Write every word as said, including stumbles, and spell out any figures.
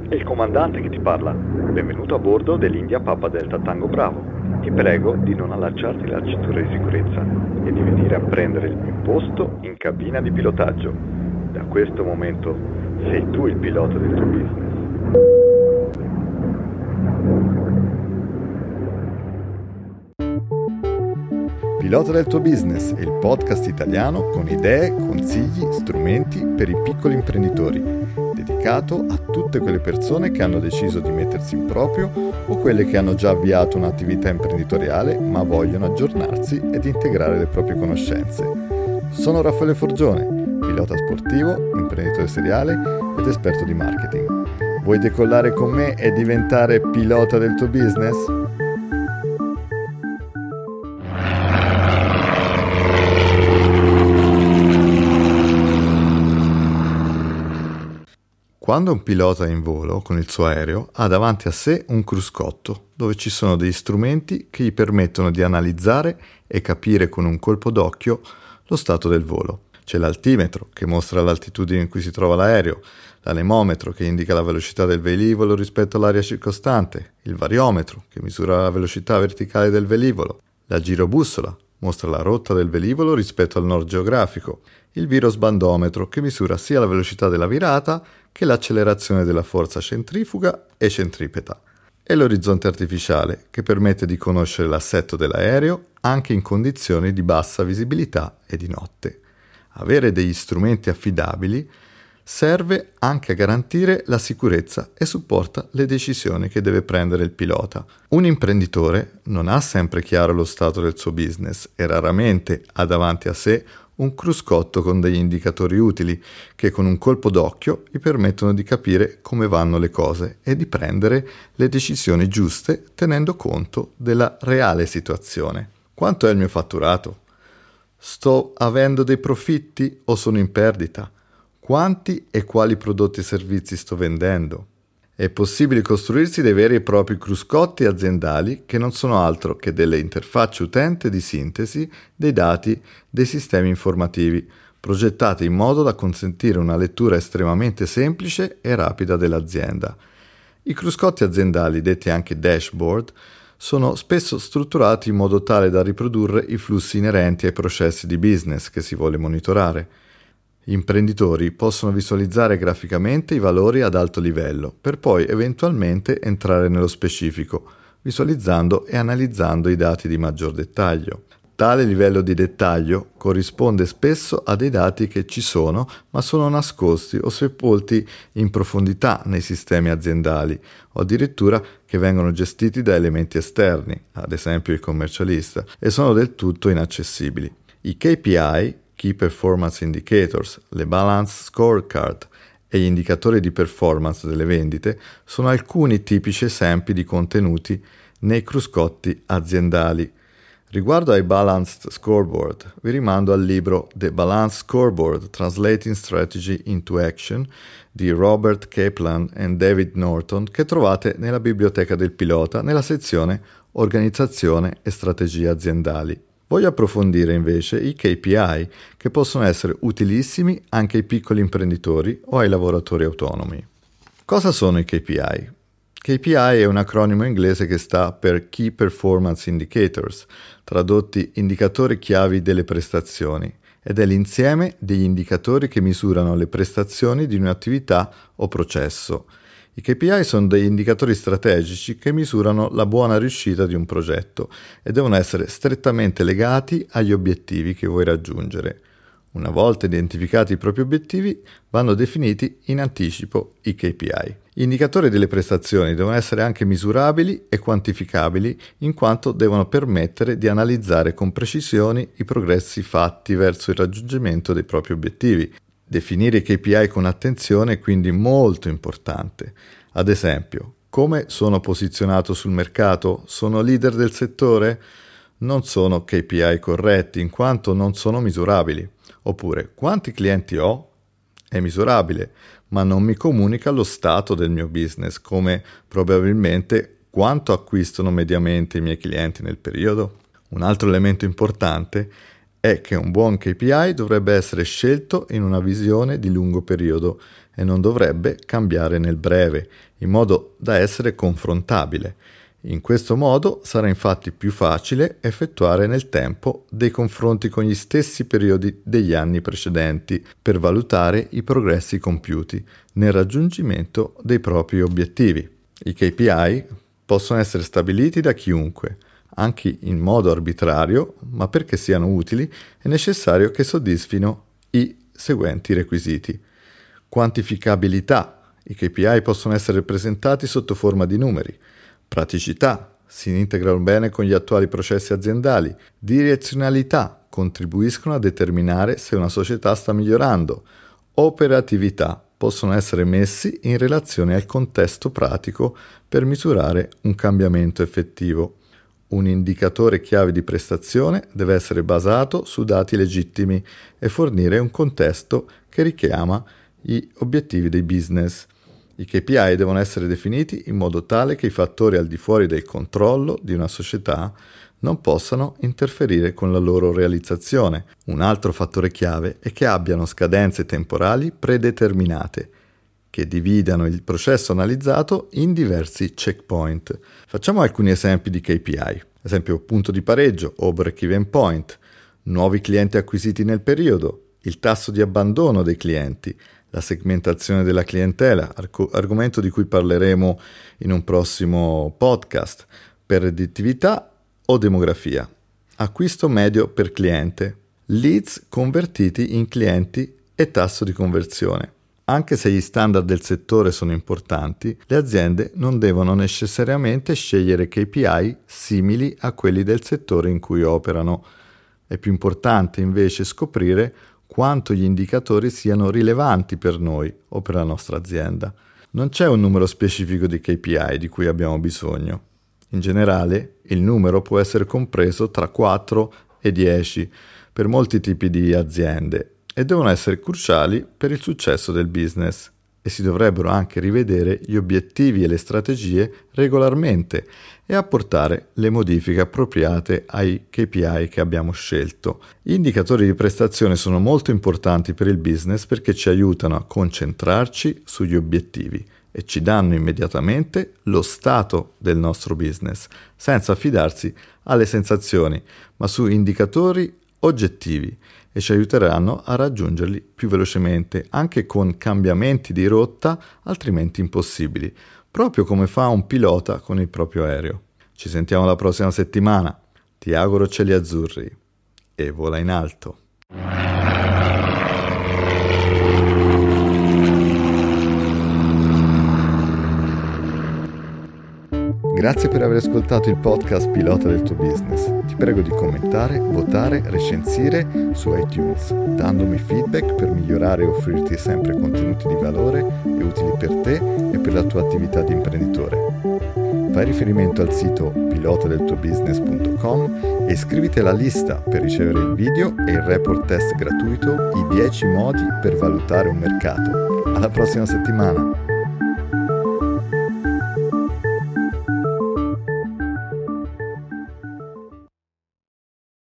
È il comandante che ti parla. Benvenuto a bordo dell'India Papa Delta Tango Bravo. Ti prego di non allacciarti la cintura di sicurezza e di venire a prendere il mio posto in cabina di pilotaggio. Da questo momento sei tu il pilota del tuo business. Pilota del tuo business è il podcast italiano con idee, consigli, strumenti per i piccoli imprenditori, dedicato a tutte quelle persone che hanno deciso di mettersi in proprio o quelle che hanno già avviato un'attività imprenditoriale ma vogliono aggiornarsi ed integrare le proprie conoscenze. Sono Raffaele Forgione, pilota sportivo, imprenditore seriale ed esperto di marketing. Vuoi decollare con me e diventare pilota del tuo business? Quando un pilota è in volo con il suo aereo, ha davanti a sé un cruscotto, dove ci sono degli strumenti che gli permettono di analizzare e capire con un colpo d'occhio lo stato del volo. C'è l'altimetro, che mostra l'altitudine in cui si trova l'aereo, l'anemometro, che indica la velocità del velivolo rispetto all'aria circostante, il variometro, che misura la velocità verticale del velivolo, la girobussola, mostra la rotta del velivolo rispetto al nord geografico, il virosbandometro, che misura sia la velocità della virata che l'accelerazione della forza centrifuga e centripeta, e l'orizzonte artificiale, che permette di conoscere l'assetto dell'aereo anche in condizioni di bassa visibilità e di notte. Avere degli strumenti affidabili serve anche a garantire la sicurezza e supporta le decisioni che deve prendere il pilota. Un imprenditore non ha sempre chiaro lo stato del suo business e raramente ha davanti a sé un cruscotto con degli indicatori utili che con un colpo d'occhio gli permettono di capire come vanno le cose e di prendere le decisioni giuste tenendo conto della reale situazione. Quanto è il mio fatturato? Sto avendo dei profitti o sono in perdita? Quanti e quali prodotti e servizi sto vendendo? È possibile costruirsi dei veri e propri cruscotti aziendali che non sono altro che delle interfacce utente di sintesi dei dati dei sistemi informativi, progettati in modo da consentire una lettura estremamente semplice e rapida dell'azienda. I cruscotti aziendali, detti anche dashboard, sono spesso strutturati in modo tale da riprodurre i flussi inerenti ai processi di business che si vuole monitorare. Gli imprenditori possono visualizzare graficamente i valori ad alto livello, per poi eventualmente entrare nello specifico, visualizzando e analizzando i dati di maggior dettaglio. Tale livello di dettaglio corrisponde spesso a dei dati che ci sono, ma sono nascosti o sepolti in profondità nei sistemi aziendali, o addirittura che vengono gestiti da elementi esterni, ad esempio il commercialista, e sono del tutto inaccessibili. I K P I, Key Performance Indicators, le Balance Scorecard e gli indicatori di performance delle vendite sono alcuni tipici esempi di contenuti nei cruscotti aziendali. Riguardo ai Balanced Scoreboard, vi rimando al libro The Balanced Scoreboard Translating Strategy into Action di Robert Kaplan e David Norton che trovate nella biblioteca del pilota nella sezione Organizzazione e strategie aziendali. Voglio approfondire invece i K P I che possono essere utilissimi anche ai piccoli imprenditori o ai lavoratori autonomi. Cosa sono i K P I? K P I è un acronimo inglese che sta per Key Performance Indicators, tradotti indicatori chiavi delle prestazioni, ed è l'insieme degli indicatori che misurano le prestazioni di un'attività o processo. I K P I sono degli indicatori strategici che misurano la buona riuscita di un progetto e devono essere strettamente legati agli obiettivi che vuoi raggiungere. Una volta identificati i propri obiettivi, vanno definiti in anticipo i K P I. Gli indicatori delle prestazioni devono essere anche misurabili e quantificabili, in quanto devono permettere di analizzare con precisione i progressi fatti verso il raggiungimento dei propri obiettivi. Definire i K P I con attenzione è quindi molto importante. Ad esempio, come sono posizionato sul mercato? Sono leader del settore? Non sono K P I corretti in quanto non sono misurabili. Oppure, quanti clienti ho? È misurabile, ma non mi comunica lo stato del mio business, come probabilmente quanto acquistano mediamente i miei clienti nel periodo. Un altro elemento importante è che un buon K P I dovrebbe essere scelto in una visione di lungo periodo e non dovrebbe cambiare nel breve, in modo da essere confrontabile. In questo modo sarà infatti più facile effettuare nel tempo dei confronti con gli stessi periodi degli anni precedenti per valutare i progressi compiuti nel raggiungimento dei propri obiettivi. I K P I possono essere stabiliti da chiunque, anche in modo arbitrario, ma perché siano utili è necessario che soddisfino i seguenti requisiti. Quantificabilità. I K P I possono essere presentati sotto forma di numeri. Praticità. Si integrano bene con gli attuali processi aziendali. Direzionalità. Contribuiscono a determinare se una società sta migliorando. Operatività. Possono essere messi in relazione al contesto pratico per misurare un cambiamento effettivo. Un indicatore chiave di prestazione deve essere basato su dati legittimi e fornire un contesto che richiama gli obiettivi dei business. I K P I devono essere definiti in modo tale che i fattori al di fuori del controllo di una società non possano interferire con la loro realizzazione. Un altro fattore chiave è che abbiano scadenze temporali predeterminate, che dividano il processo analizzato in diversi checkpoint. Facciamo alcuni esempi di K P I. Esempio, punto di pareggio o break-even point, nuovi clienti acquisiti nel periodo, il tasso di abbandono dei clienti, la segmentazione della clientela, arg- argomento di cui parleremo in un prossimo podcast, per redditività o demografia, acquisto medio per cliente, leads convertiti in clienti e tasso di conversione. Anche se gli standard del settore sono importanti, le aziende non devono necessariamente scegliere K P I simili a quelli del settore in cui operano. È più importante invece scoprire quanto gli indicatori siano rilevanti per noi o per la nostra azienda. Non c'è un numero specifico di K P I di cui abbiamo bisogno. In generale, il numero può essere compreso tra quattro e dieci per molti tipi di aziende e devono essere cruciali per il successo del business e si dovrebbero anche rivedere gli obiettivi e le strategie regolarmente e apportare le modifiche appropriate ai K P I che abbiamo scelto. Gli indicatori di prestazione sono molto importanti per il business perché ci aiutano a concentrarci sugli obiettivi e ci danno immediatamente lo stato del nostro business, senza affidarsi alle sensazioni, ma su indicatori oggettivi e ci aiuteranno a raggiungerli più velocemente, anche con cambiamenti di rotta altrimenti impossibili, proprio come fa un pilota con il proprio aereo. Ci sentiamo la prossima settimana. Ti auguro cieli azzurri e vola in alto. Grazie per aver ascoltato il podcast Pilota del tuo business. Ti prego di commentare, votare, recensire su iTunes, dandomi feedback per migliorare e offrirti sempre contenuti di valore e utili per te e per la tua attività di imprenditore. Fai riferimento al sito pilota del tuo business punto com e iscriviti alla lista per ricevere il video e il report test gratuito I dieci modi per valutare un mercato. Alla prossima settimana!